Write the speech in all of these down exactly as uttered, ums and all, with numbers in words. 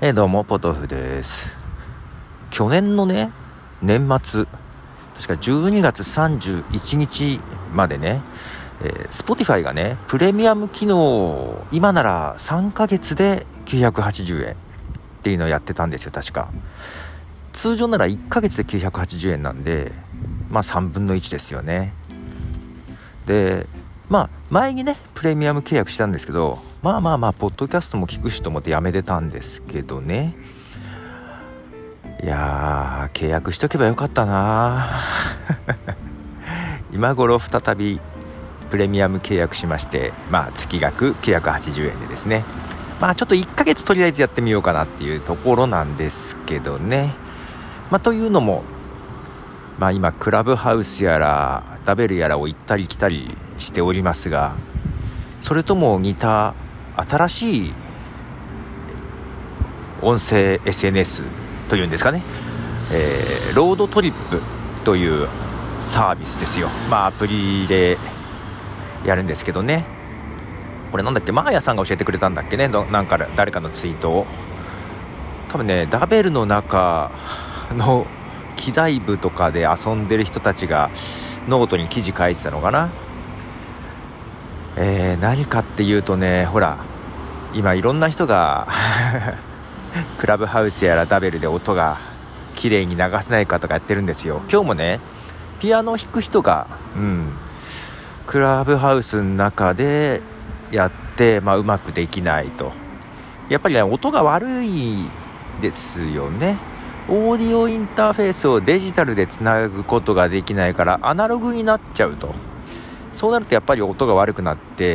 えー、どうもポトフです。去年のね年末、確かじゅうにがつさんじゅういちにちまでね、えー、Spotify がねプレミアム機能今ならさんかげつできゅうひゃくはちじゅうえんっていうのをやってたんですよ。確か通常ならいっかげつできゅうひゃくはちじゅうえんなんで、まあさんぶんのいちですよね。でまあ前にねプレミアム契約したんですけど、まあまあまあポッドキャストも聞くしと思ってやめてたんですけどね。いやー契約しとけばよかったな今頃再びプレミアム契約しまして、まあ月額きゅうひゃくはちじゅうえんでですね、まあちょっといっかげつとりあえずやってみようかなっていうところなんですけどね。まあというのも、まあ今クラブハウスやらダベルやらを行ったり来たりしておりますが、それとも似た新しい音声 エスエヌエス というんですかね、えー、ロードトリップというサービスですよ。まあアプリでやるんですけどね、これなんだっけ、マーヤさんが教えてくれたんだっけね、なんか誰かのツイートを、多分ねダベルの中の機材部とかで遊んでる人たちがノートに記事書いてたのかな。えー、何かっていうとね、ほら今いろんな人がクラブハウスやらダベルで音が綺麗に流せないかとかやってるんですよ。今日もねピアノを弾く人が、うん、クラブハウスの中でやって、まあ、うまくできないと、やっぱりね音が悪いですよね。オーディオインターフェースをデジタルでつなぐことができないからアナログになっちゃうと、そうなるとやっぱり音が悪くなって、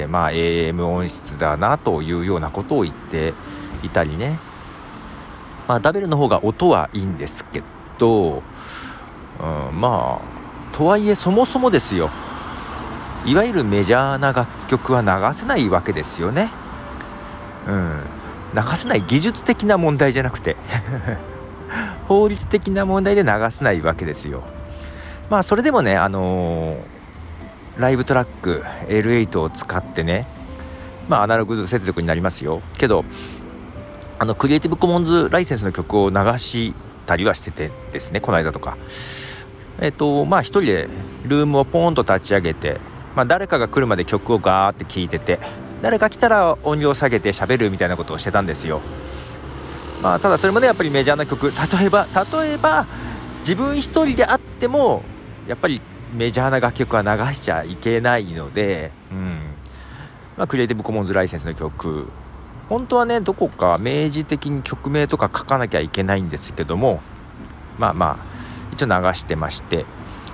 まあ、エーエム 音質だなというようなことを言っていたりね。まあダベルの方が音はいいんですけど、うん、まあとはいえそもそもですよ、いわゆるメジャーな楽曲は流せないわけですよね。うん、流せない技術的な問題じゃなくて法律的な問題で流せないわけですよ。まあそれでもね、あのー、ライブトラック エルエイト を使ってね、まあアナログ接続になりますよけど、あのクリエイティブコモンズライセンスの曲を流したりはしててですね、この間とかえっとまあ一人でルームをポーンと立ち上げて、まあ、誰かが来るまで曲をガーって聴いてて、誰か来たら音量下げて喋るみたいなことをしてたんですよ。まあただそれもねやっぱりメジャーな曲、例えば例えば自分一人であってもやっぱりメジャーな楽曲は流しちゃいけないので、うんまあ、クリエイティブコモンズライセンスの曲、本当はねどこか明示的に曲名とか書かなきゃいけないんですけども、まあまあ一応流してまして、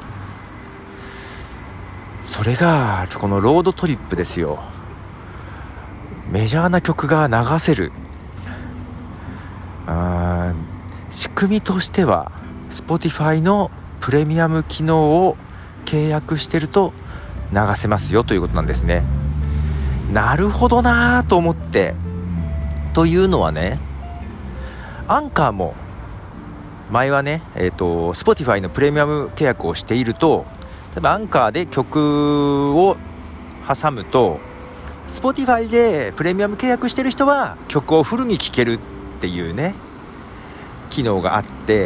それがこのロードトリップですよ。メジャーな曲が流せる、あ仕組みとしては Spotify のプレミアム機能を契約してると流せますよということなんですね。なるほどなと思って、というのはね、アンカーも前はね、えーと、Spotify のプレミアム契約をしていると、例えばアンカーで曲を挟むと Spotify でプレミアム契約してる人は曲をフルに聴けるっていうね機能があって、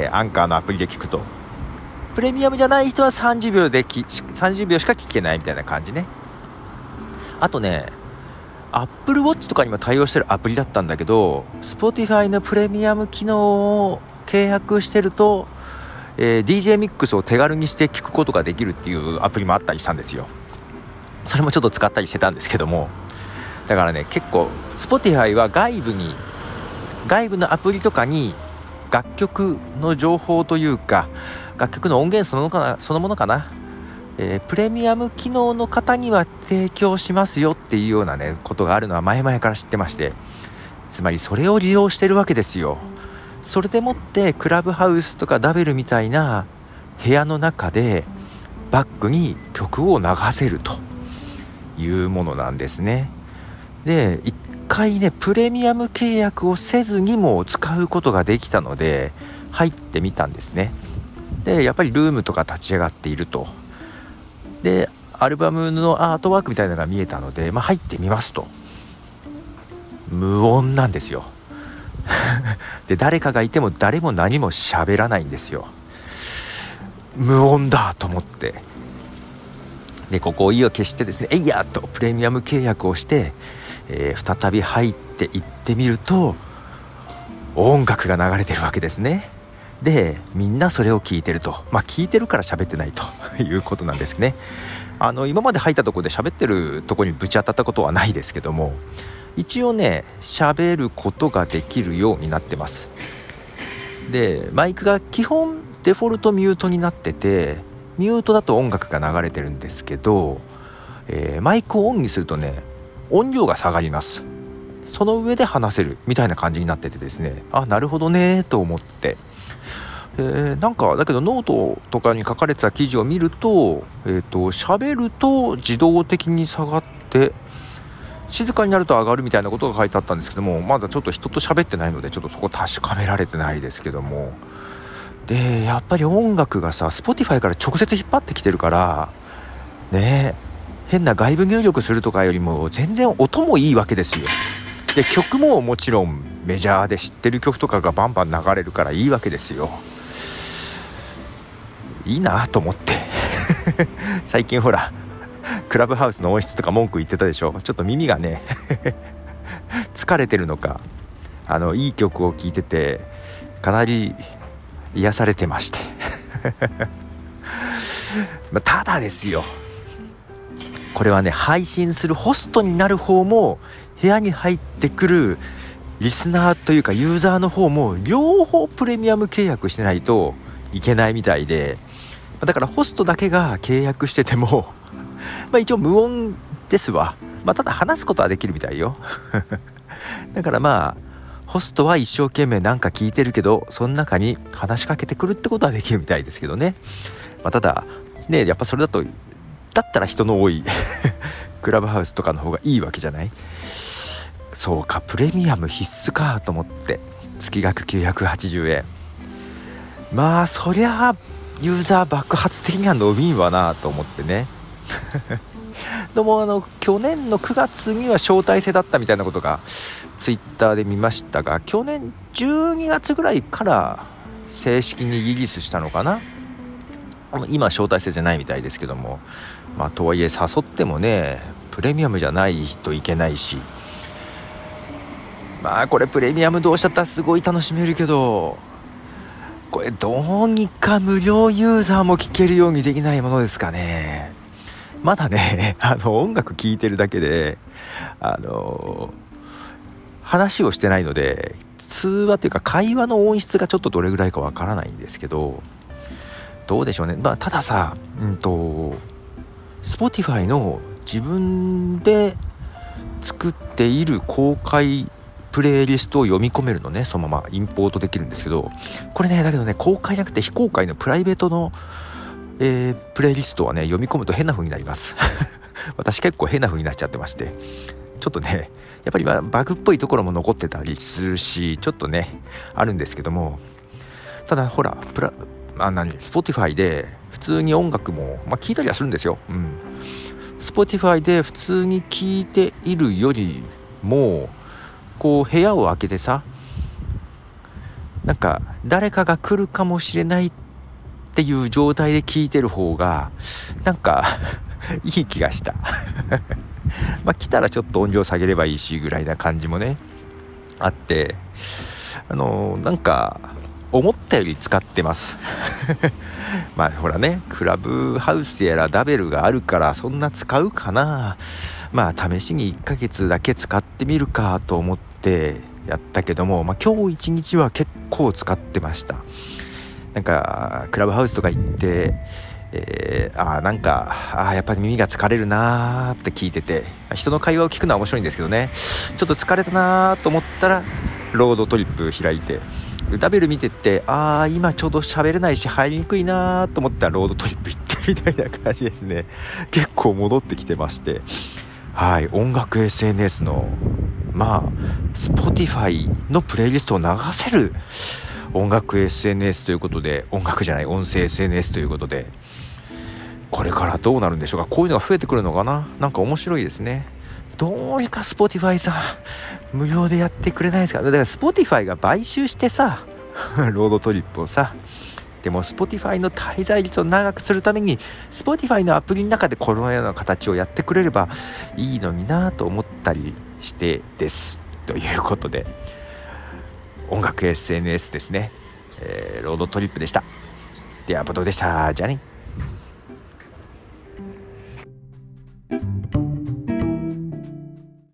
アンカーのアプリで聴くと、プレミアムじゃない人はさんじゅうびょうできさんじゅうびょうしか聴けないみたいな感じね。あとねApple Watch とかにも対応してるアプリだったんだけど、 Spotify のプレミアム機能を契約してると、えー、ディージェー ミックスを手軽にして聴くことができるっていうアプリもあったりしたんですよ。それもちょっと使ったりしてたんですけども、だからね結構 Spotify は外部に外部のアプリとかに楽曲の情報というか楽曲の音源そのものかな、そのものかな、えー、プレミアム機能の方には提供しますよっていうようなねことがあるのは前々から知ってまして、つまりそれを利用してるわけですよ。それでもってクラブハウスとかダベルみたいな部屋の中でバックに曲を流せるというものなんですね。で一回ねプレミアム契約をせずにも使うことができたので入ってみたんですね。でやっぱりルームとか立ち上がっていると、でアルバムのアートワークみたいなのが見えたので、まあ、入ってみますと無音なんですよで誰かがいても誰も何も喋らないんですよ。無音だと思って、でここを意を決してですね、えいやっとプレミアム契約をして、えー、再び入っていってみると音楽が流れてるわけですね。でみんなそれを聞いてると、まあ聞いてるから喋ってないということなんですね。あの今まで入ったところで喋ってるところにぶち当たったことはないですけども、一応ね喋ることができるようになってます。でマイクが基本デフォルトミュートになってて、ミュートだと音楽が流れてるんですけど、えー、マイクをオンにするとね音量が下がります。その上で話せるみたいな感じになっててですね、あなるほどねと思って、えー、なんかだけどノートとかに書かれてた記事を見ると、えーと喋ると自動的に下がって静かになると上がるみたいなことが書いてあったんですけども、まだちょっと人と喋ってないのでちょっとそこ確かめられてないですけども、でやっぱり音楽がさ Spotify から直接引っ張ってきてるからね、変な外部入力するとかよりも全然音もいいわけですよ。で曲ももちろんメジャーで知ってる曲とかがバンバン流れるからいいわけですよ。いいなと思って最近ほらクラブハウスの音質とか文句言ってたでしょ。ちょっと耳がね疲れてるのか、あのいい曲を聴いててかなり癒されてましてただですよ、これはね配信するホストになる方も部屋に入ってくるリスナーというかユーザーの方も両方プレミアム契約してないといけないみたいで、だからホストだけが契約しててもまあ一応無音ですわ。まあただ話すことはできるみたいよだからまあホストは一生懸命なんか聞いてるけど、その中に話しかけてくるってことはできるみたいですけどね。まあただね、やっぱそれだとだったら人の多いクラブハウスとかの方がいいわけじゃない。そうか、プレミアム必須かと思って、月額きゅうひゃくはちじゅうえん、まあそりゃユーザー爆発的には伸びんわなと思ってねでもあの去年のくがつには招待制だったみたいなことがツイッターで見ましたが、去年じゅうにがつぐらいから正式にリリースしたのかな。今招待制じゃないみたいですけども、まあとはいえ誘ってもねプレミアムじゃないといけないし、まあこれプレミアム同士だったらすごい楽しめるけど、これどうにか無料ユーザーも聞けるようにできないものですかね。まだねあの音楽聴いてるだけであの話をしてないので、通話というか会話の音質がちょっとどれぐらいかわからないんですけど、どうでしょうね。まあたださ、うんと Spotify の自分で作っている公開プレイリストを読み込めるのね、そのままインポートできるんですけど、これねだけどね公開じゃなくて非公開のプライベートの、えー、プレイリストはね読み込むと変な風になります私結構変な風になっちゃってまして、ちょっとねやっぱりバグっぽいところも残ってたりするし、ちょっとねあるんですけども、ただほらプラあ何 Spotify で普通に音楽も、まあ、聞いたりはするんですよ、うん、Spotify で普通に聞いているよりもこう部屋を開けてさ、なんか誰かが来るかもしれないっていう状態で聞いてる方がなんかいい気がしたまあ来たらちょっと音量下げればいいしぐらいな感じもねあって、あのー、なんか思ったより使ってますまあほらねクラブハウスやらダベルがあるからそんな使うかな、まあ試しにいっかげつだけ使ってみるかと思ってやったけども、まあ今日一日は結構使ってました。なんかクラブハウスとか行ってえー、あなんかあやっぱり耳が疲れるなーって聞いてて、人の会話を聞くのは面白いんですけどね、ちょっと疲れたなーと思ったらロードトリップ開いてダベル見てって、あー今ちょうど喋れないし入りにくいなーと思ったらロードトリップ行ってみたいな感じですね。結構戻ってきてまして、はい、音楽 エスエヌエス のまあ Spotify のプレイリストを流せる音楽 エスエヌエス ということで、音楽じゃない音声 エスエヌエス ということで、これからどうなるんでしょうか。こういうのが増えてくるのかな。なんか面白いですね。 どうにか Spotify さ無料でやってくれないですか。だから Spotify が買収してさロードトリップをさ、でも Spotify の滞在率を長くするために Spotify のアプリの中でこのような形をやってくれればいいのになと思ったりしてですということで、音楽 エスエヌエス ですね、えー、ロードトリップでした。ではボトでした。じゃあね。